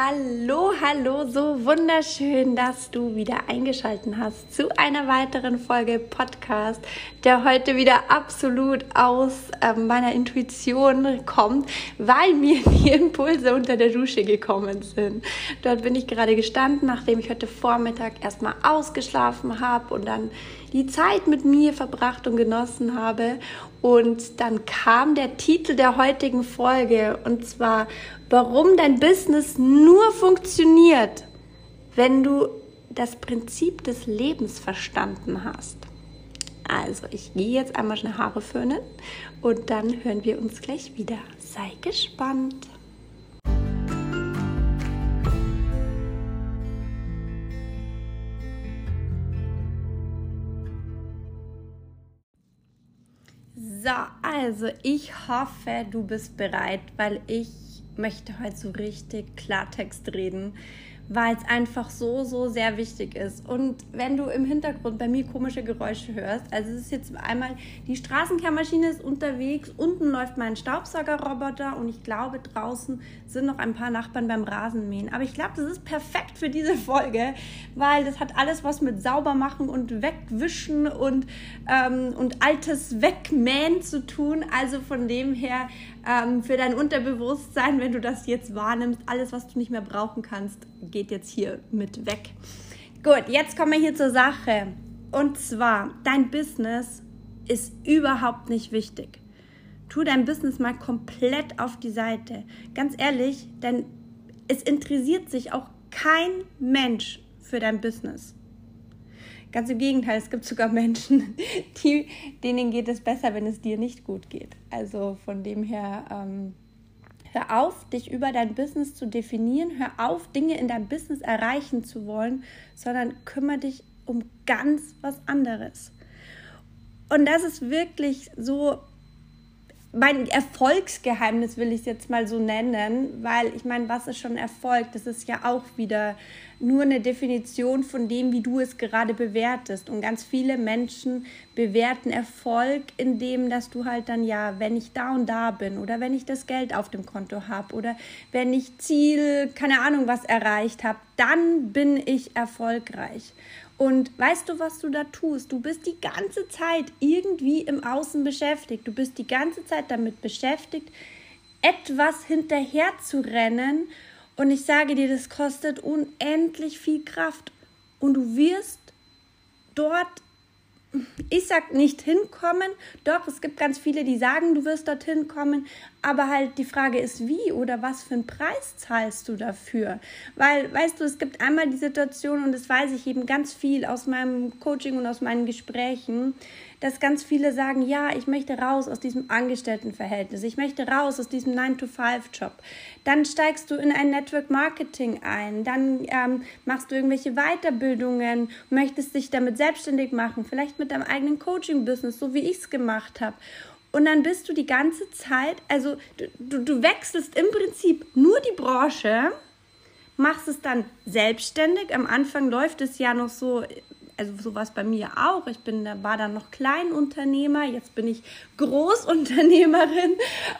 Hallo, so wunderschön, dass du wieder eingeschaltet hast zu einer weiteren Folge Podcast, der heute wieder absolut aus meiner Intuition kommt, weil mir die Impulse unter der Dusche gekommen sind. Dort bin ich gerade gestanden, nachdem ich heute Vormittag erstmal ausgeschlafen habe und dann die Zeit mit mir verbracht und genossen habe. Und dann kam der Titel der heutigen Folge, und zwar: Warum dein Business nur funktioniert, wenn du das Prinzip des Lebens verstanden hast. Also, ich gehe jetzt einmal schnell Haare föhnen und dann hören wir uns gleich wieder. Sei gespannt. So, also ich hoffe, du bist bereit, weil ich möchte heute so richtig Klartext reden, weil es einfach so sehr wichtig ist. Und wenn du im Hintergrund bei mir komische Geräusche hörst, also es ist jetzt einmal, die Straßenkehrmaschine ist unterwegs, unten läuft mein Staubsaugerroboter und ich glaube, draußen sind noch ein paar Nachbarn beim Rasenmähen. Aber ich glaube, das ist perfekt für diese Folge, weil das hat alles was mit Saubermachen und Wegwischen und altes Wegmähen zu tun. Also von dem her, für dein Unterbewusstsein, wenn du das jetzt wahrnimmst, alles, was du nicht mehr brauchen kannst, geht jetzt hier mit weg. Gut, jetzt kommen wir hier zur Sache. Und zwar, dein Business ist überhaupt nicht wichtig. Tu dein Business mal komplett auf die Seite. Ganz ehrlich, denn es interessiert sich auch kein Mensch für dein Business. Ganz im Gegenteil, es gibt sogar Menschen, denen geht es besser, wenn es dir nicht gut geht. Also von dem her, hör auf, dich über dein Business zu definieren, hör auf, Dinge in deinem Business erreichen zu wollen, sondern kümmere dich um ganz was anderes. Und das ist wirklich so mein Erfolgsgeheimnis, will ich es jetzt mal so nennen, weil ich meine, was ist schon Erfolg? Das ist ja auch wieder nur eine Definition von dem, wie du es gerade bewertest. Und ganz viele Menschen bewerten Erfolg in dem, dass du halt dann, ja, wenn ich da und da bin oder wenn ich das Geld auf dem Konto habe oder wenn ich Ziel, keine Ahnung was erreicht habe, dann bin ich erfolgreich. Und weißt du, was du da tust? Du bist die ganze Zeit irgendwie im Außen beschäftigt. Du bist die ganze Zeit damit beschäftigt, etwas hinterher zu rennen. Und ich sage dir, das kostet unendlich viel Kraft. Und du wirst dort, ich sag nicht hinkommen, doch, es gibt ganz viele, die sagen, du wirst dorthin kommen, aber halt die Frage ist, wie oder was für einen Preis zahlst du dafür? Weil, weißt du, es gibt einmal die Situation, und das weiß ich eben ganz viel aus meinem Coaching und aus meinen Gesprächen, dass ganz viele sagen, ja, ich möchte raus aus diesem Angestelltenverhältnis, ich möchte raus aus diesem 9-to-5-Job. Dann steigst du in ein Network-Marketing ein, dann machst du irgendwelche Weiterbildungen, möchtest dich damit selbstständig machen, vielleicht mit deinem eigenen Coaching-Business, so wie ich es gemacht habe. Und dann bist du die ganze Zeit, also du wechselst im Prinzip nur die Branche, machst es dann selbstständig. Am Anfang läuft es ja noch so, also so war es bei mir auch. War dann noch Kleinunternehmer, jetzt bin ich Großunternehmerin.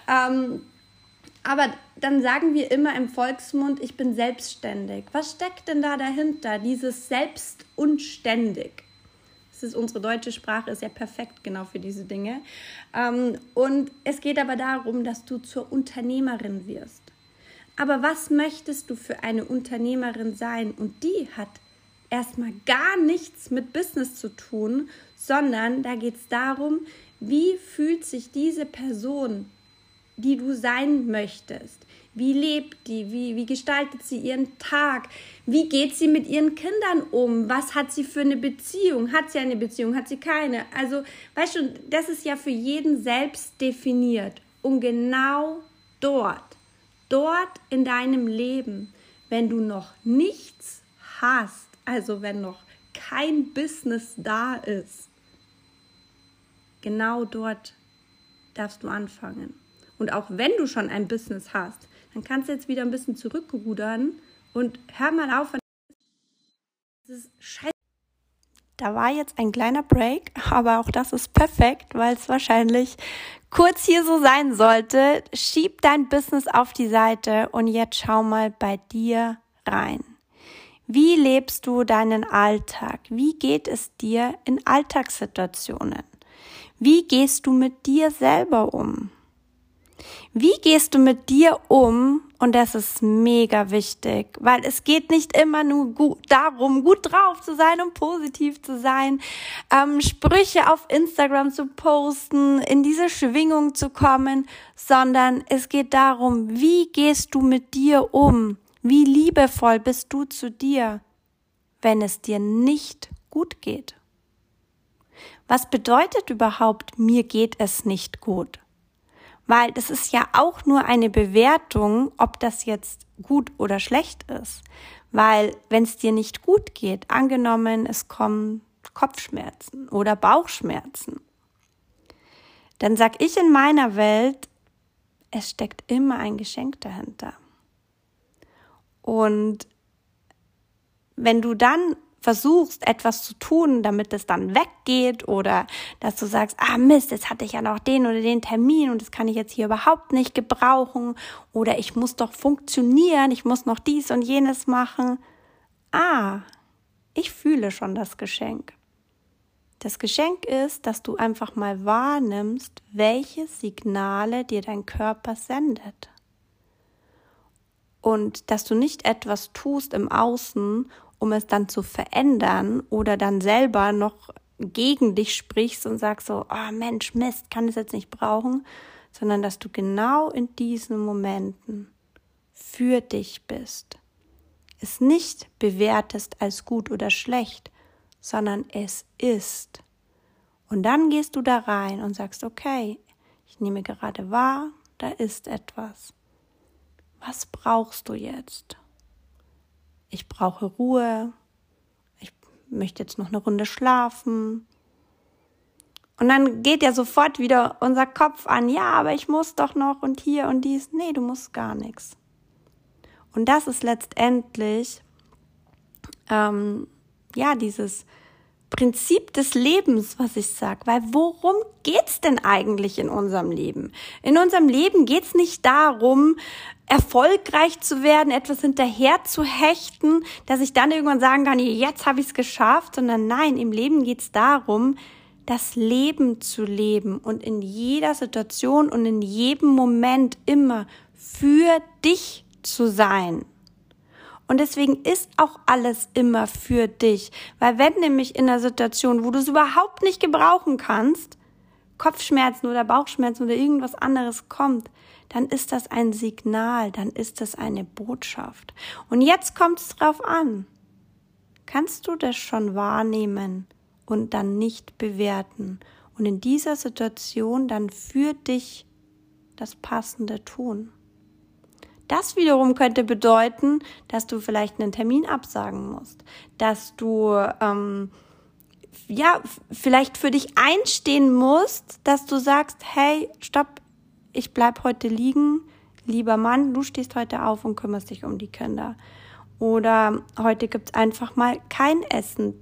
Aber dann sagen wir immer im Volksmund, ich bin selbstständig. Was steckt denn da dahinter, dieses selbst und ständig? Unsere deutsche Sprache ist ja perfekt genau für diese Dinge. Und es geht aber darum, dass du zur Unternehmerin wirst. Aber was möchtest du für eine Unternehmerin sein? Und die hat erstmal gar nichts mit Business zu tun, sondern da geht es darum, wie fühlt sich diese Person, die du sein möchtest? Wie lebt die? Wie gestaltet sie ihren Tag? Wie geht sie mit ihren Kindern um? Was hat sie für eine Beziehung? Hat sie eine Beziehung? Hat sie keine? Also, weißt du, das ist ja für jeden selbst definiert. Und genau dort in deinem Leben, wenn du noch nichts hast, also wenn noch kein Business da ist, genau dort darfst du anfangen. Und auch wenn du schon ein Business hast, dann kannst du jetzt wieder ein bisschen zurückrudern und hör mal auf. Das ist scheiße. Da war jetzt ein kleiner Break, aber auch das ist perfekt, weil es wahrscheinlich kurz hier so sein sollte, schieb dein Business auf die Seite und jetzt schau mal bei dir rein. Wie lebst du deinen Alltag? Wie geht es dir in Alltagssituationen? Wie gehst du mit dir selber um? Wie gehst du mit dir um? Und das ist mega wichtig, weil es geht nicht immer nur darum, gut drauf zu sein und positiv zu sein, Sprüche auf Instagram zu posten, in diese Schwingung zu kommen, sondern es geht darum, wie gehst du mit dir um? Wie liebevoll bist du zu dir, wenn es dir nicht gut geht? Was bedeutet überhaupt, mir geht es nicht gut? Weil das ist ja auch nur eine Bewertung, ob das jetzt gut oder schlecht ist. Weil wenn es dir nicht gut geht, angenommen, es kommen Kopfschmerzen oder Bauchschmerzen, dann sag ich in meiner Welt, es steckt immer ein Geschenk dahinter. Und wenn du dann versuchst, etwas zu tun, damit es dann weggeht oder dass du sagst, Mist, jetzt hatte ich ja noch den oder den Termin und das kann ich jetzt hier überhaupt nicht gebrauchen oder ich muss doch funktionieren, ich muss noch dies und jenes machen. Ich fühle schon das Geschenk. Das Geschenk ist, dass du einfach mal wahrnimmst, welche Signale dir dein Körper sendet. Und dass du nicht etwas tust im Außen, um es dann zu verändern oder dann selber noch gegen dich sprichst und sagst so, Mensch, Mist, kann es jetzt nicht brauchen, sondern dass du genau in diesen Momenten für dich bist. Es nicht bewertest als gut oder schlecht, sondern es ist. Und dann gehst du da rein und sagst, okay, ich nehme gerade wahr, da ist etwas. Was brauchst du jetzt? Ich brauche Ruhe, ich möchte jetzt noch eine Runde schlafen. Und dann geht ja sofort wieder unser Kopf an, ja, aber ich muss doch noch und hier und dies. Nee, du musst gar nichts. Und das ist letztendlich, dieses Prinzip des Lebens, was ich sage. Weil worum geht's denn eigentlich in unserem Leben? In unserem Leben geht's nicht darum, erfolgreich zu werden, etwas hinterher zu hechten, dass ich dann irgendwann sagen kann, jetzt habe ich es geschafft, sondern nein, im Leben geht es darum, das Leben zu leben und in jeder Situation und in jedem Moment immer für dich zu sein. Und deswegen ist auch alles immer für dich, weil wenn nämlich in einer Situation, wo du es überhaupt nicht gebrauchen kannst, Kopfschmerzen oder Bauchschmerzen oder irgendwas anderes kommt, dann ist das ein Signal, dann ist das eine Botschaft. Und jetzt kommt es drauf an. Kannst du das schon wahrnehmen und dann nicht bewerten und in dieser Situation dann für dich das Passende tun? Das wiederum könnte bedeuten, dass du vielleicht einen Termin absagen musst, dass du vielleicht für dich einstehen musst, dass du sagst, hey, stopp, ich bleib heute liegen, lieber Mann, du stehst heute auf und kümmerst dich um die Kinder. Oder heute gibt's einfach mal kein Essen.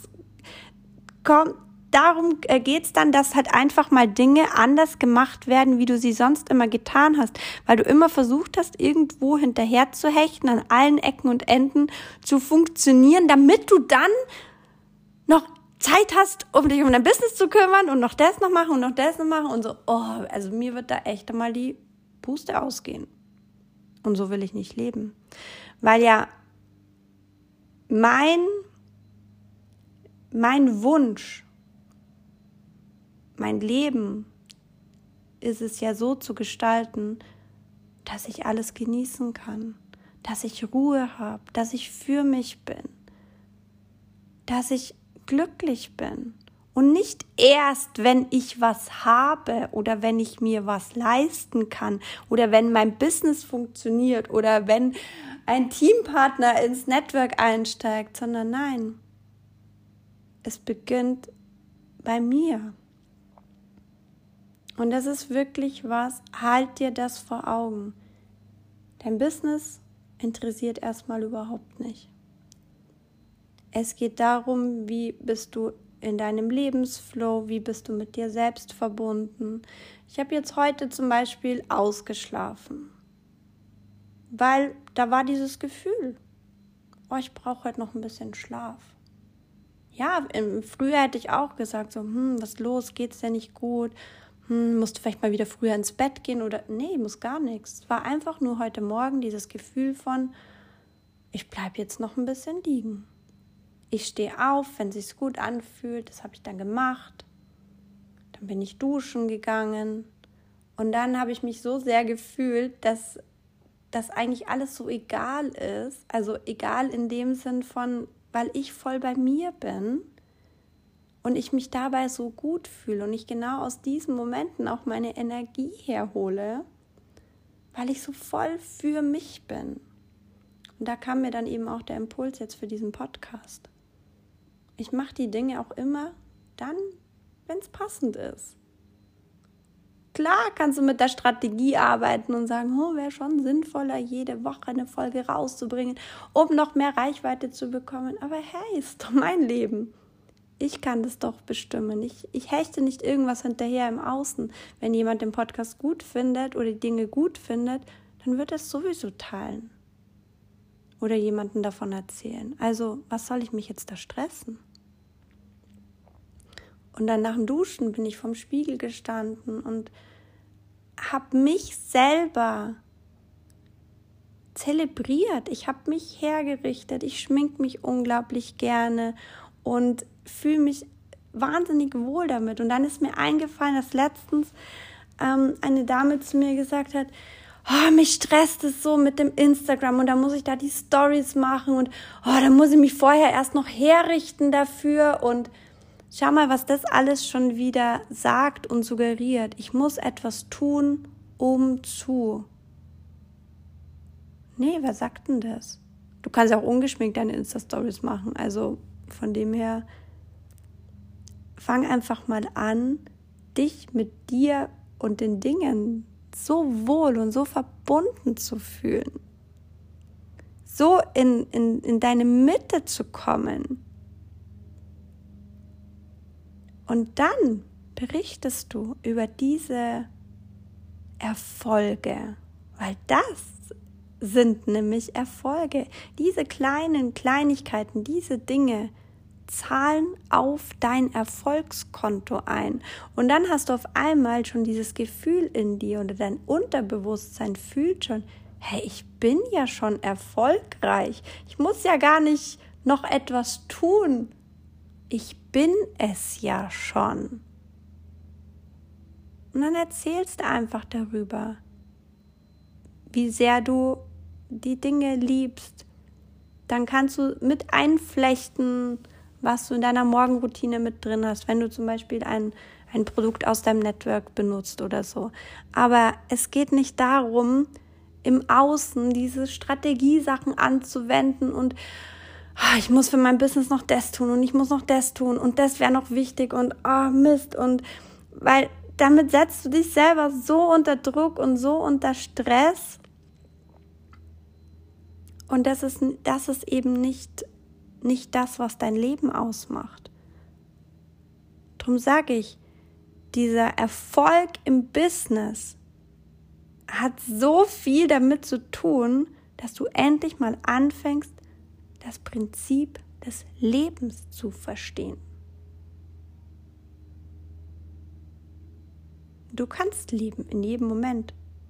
Darum geht's dann, dass halt einfach mal Dinge anders gemacht werden, wie du sie sonst immer getan hast, weil du immer versucht hast, irgendwo hinterher zu hechten, an allen Ecken und Enden zu funktionieren, damit du dann noch Zeit hast, um dich um dein Business zu kümmern und noch das noch machen und noch das noch machen und so. Also mir wird da echt einmal die Puste ausgehen. Und so will ich nicht leben. Weil ja mein Wunsch, mein Leben ist es ja so zu gestalten, dass ich alles genießen kann, dass ich Ruhe habe, dass ich für mich bin, dass ich glücklich bin und nicht erst, wenn ich was habe oder wenn ich mir was leisten kann oder wenn mein Business funktioniert oder wenn ein Teampartner ins Network einsteigt, sondern nein, es beginnt bei mir. Und das ist wirklich was, halt dir das vor Augen. Dein Business interessiert erstmal überhaupt nicht. Es geht darum, wie bist du in deinem Lebensflow? Wie bist du mit dir selbst verbunden? Ich habe jetzt heute zum Beispiel ausgeschlafen, weil da war dieses Gefühl, oh, ich brauche heute noch ein bisschen Schlaf. Ja, früher hätte ich auch gesagt, so, was ist los, geht's dir nicht gut? Musst du vielleicht mal wieder früher ins Bett gehen oder, nee, muss gar nichts. Es war einfach nur heute Morgen dieses Gefühl von, ich bleibe jetzt noch ein bisschen liegen. Ich stehe auf, wenn es sich gut anfühlt, das habe ich dann gemacht. Dann bin ich duschen gegangen und dann habe ich mich so sehr gefühlt, dass das eigentlich alles so egal ist. Also egal in dem Sinn von, weil ich voll bei mir bin und ich mich dabei so gut fühle und ich genau aus diesen Momenten auch meine Energie herhole, weil ich so voll für mich bin. Und da kam mir dann eben auch der Impuls jetzt für diesen Podcast. Ich mache die Dinge auch immer dann, wenn es passend ist. Klar kannst du mit der Strategie arbeiten und sagen, wäre schon sinnvoller, jede Woche eine Folge rauszubringen, um noch mehr Reichweite zu bekommen. Aber hey, ist doch mein Leben. Ich kann das doch bestimmen. Ich hechte nicht irgendwas hinterher im Außen. Wenn jemand den Podcast gut findet oder die Dinge gut findet, dann wird er es sowieso teilen. Oder jemandem davon erzählen. Also, was soll ich mich jetzt da stressen? Und dann nach dem Duschen bin ich vorm Spiegel gestanden und habe mich selber zelebriert. Ich habe mich hergerichtet. Ich schminke mich unglaublich gerne und fühle mich wahnsinnig wohl damit. Und dann ist mir eingefallen, dass letztens eine Dame zu mir gesagt hat, mich stresst es so mit dem Instagram und da muss ich da die Stories machen und da muss ich mich vorher erst noch herrichten dafür und schau mal, was das alles schon wieder sagt und suggeriert. Ich muss etwas tun, um zu. Nee, wer sagt denn das? Du kannst ja auch ungeschminkt deine Insta-Stories machen, also von dem her fang einfach mal an, dich mit dir und den Dingen so wohl und so verbunden zu fühlen, so in deine Mitte zu kommen. Und dann berichtest du über diese Erfolge, weil das sind nämlich Erfolge. Diese kleinen Kleinigkeiten, diese Dinge zahlen auf dein Erfolgskonto ein. Und dann hast du auf einmal schon dieses Gefühl in dir oder dein Unterbewusstsein fühlt schon, hey, ich bin ja schon erfolgreich. Ich muss ja gar nicht noch etwas tun. Ich bin es ja schon. Und dann erzählst du einfach darüber, wie sehr du die Dinge liebst. Dann kannst du mit einflechten, was du in deiner Morgenroutine mit drin hast, wenn du zum Beispiel ein Produkt aus deinem Network benutzt oder so. Aber es geht nicht darum, im Außen diese Strategiesachen anzuwenden und ich muss für mein Business noch das tun und ich muss noch das tun und das wäre noch wichtig und Mist. Und weil damit setzt du dich selber so unter Druck und so unter Stress. Und das ist eben nicht das, was dein Leben ausmacht. Darum sage ich, dieser Erfolg im Business hat so viel damit zu tun, dass du endlich mal anfängst, das Prinzip des Lebens zu verstehen. Du kannst leben in jedem Moment.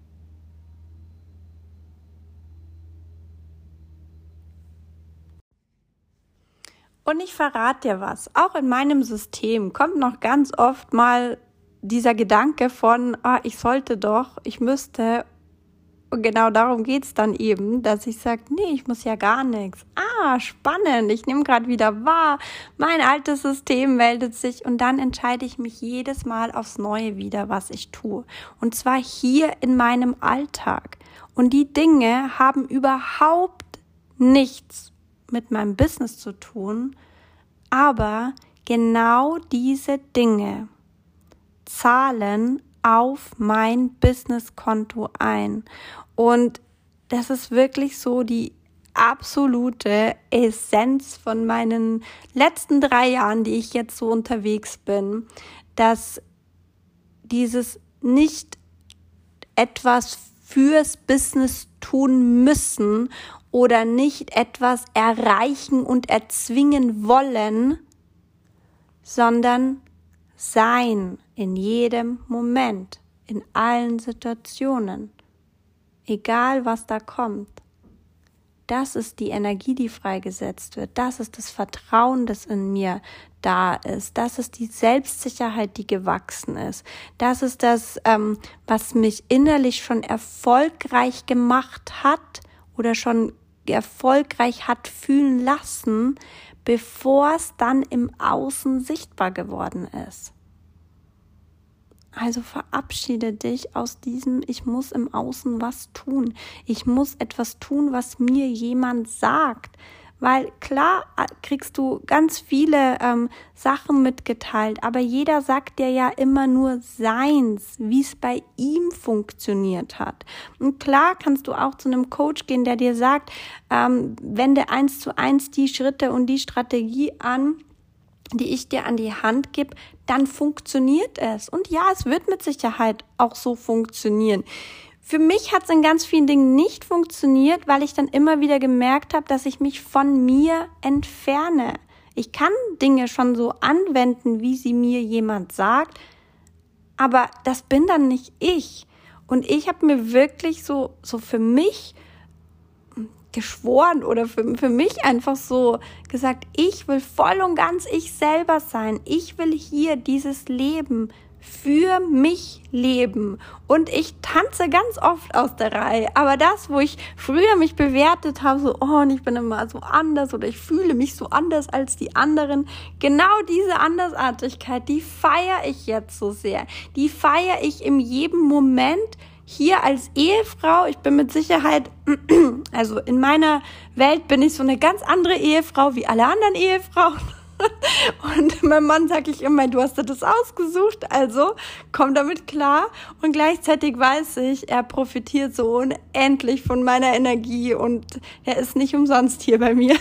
Und ich verrate dir was, auch in meinem System kommt noch ganz oft mal dieser Gedanke von, ich sollte doch, ich müsste. Und genau darum geht's dann eben, dass ich sage, nee, ich muss ja gar nichts. Spannend, ich nehme gerade wieder wahr, mein altes System meldet sich und dann entscheide ich mich jedes Mal aufs Neue wieder, was ich tue. Und zwar hier in meinem Alltag. Und die Dinge haben überhaupt nichts mit meinem Business zu tun, aber genau diese Dinge zahlen auf mein Businesskonto ein. Und das ist wirklich so die absolute Essenz von meinen letzten 3 Jahren, die ich jetzt so unterwegs bin, dass dieses nicht etwas fürs Business tun müssen oder nicht etwas erreichen und erzwingen wollen, sondern sein in jedem Moment, in allen Situationen, egal was da kommt. Das ist die Energie, die freigesetzt wird. Das ist das Vertrauen, das in mir da ist. Das ist die Selbstsicherheit, die gewachsen ist. Das ist das, was mich innerlich schon erfolgreich gemacht hat oder schon erfolgreich hat fühlen lassen, bevor es dann im Außen sichtbar geworden ist. Also verabschiede dich aus diesem, ich muss im Außen was tun. Ich muss etwas tun, was mir jemand sagt. Weil klar kriegst du ganz viele Sachen mitgeteilt, aber jeder sagt dir ja immer nur seins, wie es bei ihm funktioniert hat. Und klar kannst du auch zu einem Coach gehen, der dir sagt, wende 1:1 die Schritte und die Strategie an, die ich dir an die Hand gebe, dann funktioniert es. Und ja, es wird mit Sicherheit auch so funktionieren. Für mich hat es in ganz vielen Dingen nicht funktioniert, weil ich dann immer wieder gemerkt habe, dass ich mich von mir entferne. Ich kann Dinge schon so anwenden, wie sie mir jemand sagt, aber das bin dann nicht ich. Und ich habe mir wirklich so für mich geschworen oder für mich einfach so gesagt, ich will voll und ganz ich selber sein. Ich will hier dieses Leben für mich leben. Und ich tanze ganz oft aus der Reihe. Aber das, wo ich früher mich bewertet habe, so, oh, und ich bin immer so anders oder ich fühle mich so anders als die anderen, genau diese Andersartigkeit, die feiere ich jetzt so sehr. Die feiere ich in jedem Moment hier als Ehefrau. Ich bin mit Sicherheit, also in meiner Welt bin ich so eine ganz andere Ehefrau wie alle anderen Ehefrauen. Und meinem Mann sage ich immer, du hast dir das ausgesucht, also komm damit klar. Und gleichzeitig weiß ich, er profitiert so unendlich von meiner Energie und er ist nicht umsonst hier bei mir.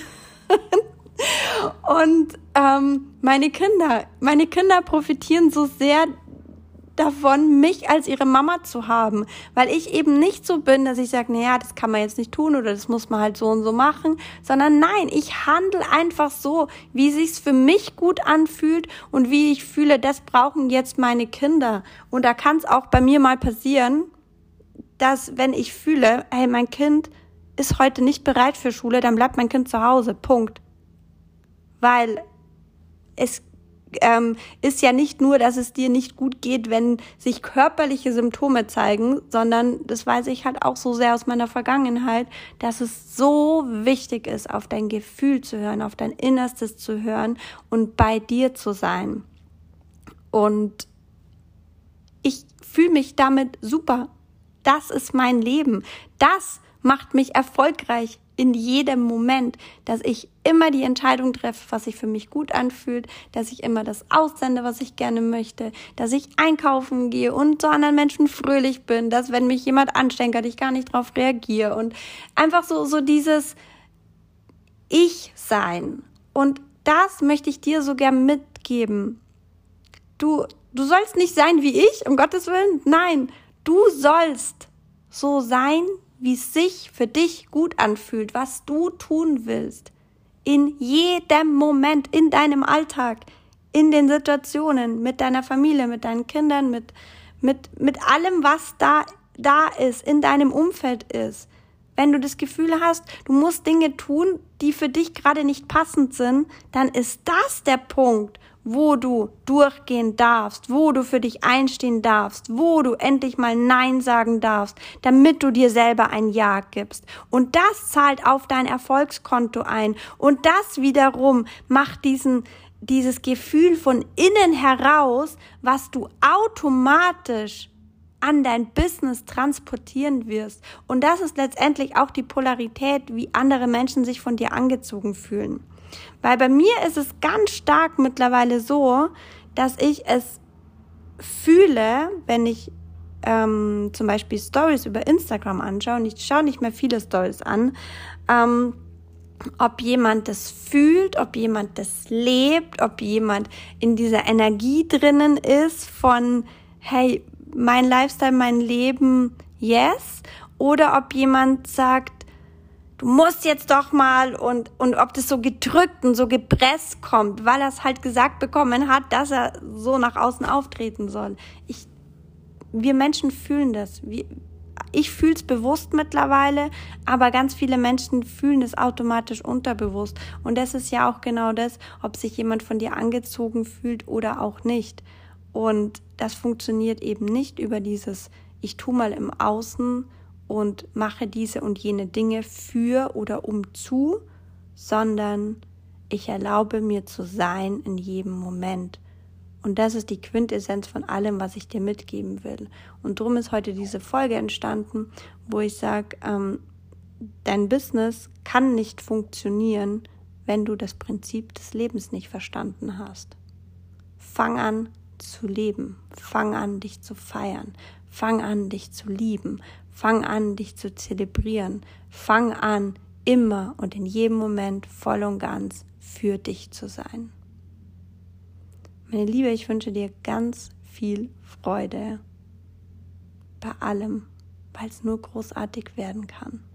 Und meine Kinder profitieren so sehr davon, mich als ihre Mama zu haben, weil ich eben nicht so bin, dass ich sage, naja, das kann man jetzt nicht tun oder das muss man halt so und so machen, sondern nein, ich handle einfach so, wie sich's für mich gut anfühlt und wie ich fühle, das brauchen jetzt meine Kinder. Und da kann es auch bei mir mal passieren, dass wenn ich fühle, hey, mein Kind ist heute nicht bereit für Schule, dann bleibt mein Kind zu Hause, Punkt. Weil es ist ja nicht nur, dass es dir nicht gut geht, wenn sich körperliche Symptome zeigen, sondern das weiß ich halt auch so sehr aus meiner Vergangenheit, dass es so wichtig ist, auf dein Gefühl zu hören, auf dein Innerstes zu hören und bei dir zu sein. Und ich fühle mich damit super. Das ist mein Leben. Das macht mich erfolgreich in jedem Moment, dass ich immer die Entscheidung treffe, was sich für mich gut anfühlt, dass ich immer das aussende, was ich gerne möchte, dass ich einkaufen gehe und zu anderen Menschen fröhlich bin, dass wenn mich jemand anstenkert, ich gar nicht drauf reagiere und einfach so dieses Ich-Sein. Und das möchte ich dir so gern mitgeben. Du sollst nicht sein wie ich, um Gottes Willen. Nein, du sollst so sein, wie es sich für dich gut anfühlt, was du tun willst. In jedem Moment, in deinem Alltag, in den Situationen, mit deiner Familie, mit deinen Kindern, mit allem, was da ist, in deinem Umfeld ist. Wenn du das Gefühl hast, du musst Dinge tun, die für dich gerade nicht passend sind, dann ist das der Punkt, wo du durchgehen darfst, wo du für dich einstehen darfst, wo du endlich mal Nein sagen darfst, damit du dir selber ein Ja gibst. Und das zahlt auf dein Erfolgskonto ein. Und das wiederum macht dieses Gefühl von innen heraus, was du automatisch an dein Business transportieren wirst. Und das ist letztendlich auch die Polarität, wie andere Menschen sich von dir angezogen fühlen. Weil bei mir ist es ganz stark mittlerweile so, dass ich es fühle, wenn ich zum Beispiel Stories über Instagram anschaue, und ich schaue nicht mehr viele Stories an, ob jemand das fühlt, ob jemand das lebt, ob jemand in dieser Energie drinnen ist von, hey, mein Lifestyle, mein Leben, yes, oder ob jemand sagt, du musst jetzt doch mal und ob das so gedrückt und so gepresst kommt, weil er es halt gesagt bekommen hat, dass er so nach außen auftreten soll. Wir Menschen fühlen das. Ich fühle es bewusst mittlerweile, aber ganz viele Menschen fühlen es automatisch unterbewusst. Und das ist ja auch genau das, ob sich jemand von dir angezogen fühlt oder auch nicht. Und das funktioniert eben nicht über dieses, ich tue mal im Außen und mache diese und jene Dinge für oder um zu, sondern ich erlaube mir zu sein in jedem Moment. Und das ist die Quintessenz von allem, was ich dir mitgeben will. Und darum ist heute diese Folge entstanden, wo ich sage, dein Business kann nicht funktionieren, wenn du das Prinzip des Lebens nicht verstanden hast. Fang an zu leben. Fang an, dich zu feiern. Fang an, dich zu lieben. Fang an, dich zu zelebrieren. Fang an, immer und in jedem Moment voll und ganz für dich zu sein. Meine Liebe, ich wünsche dir ganz viel Freude bei allem, weil es nur großartig werden kann.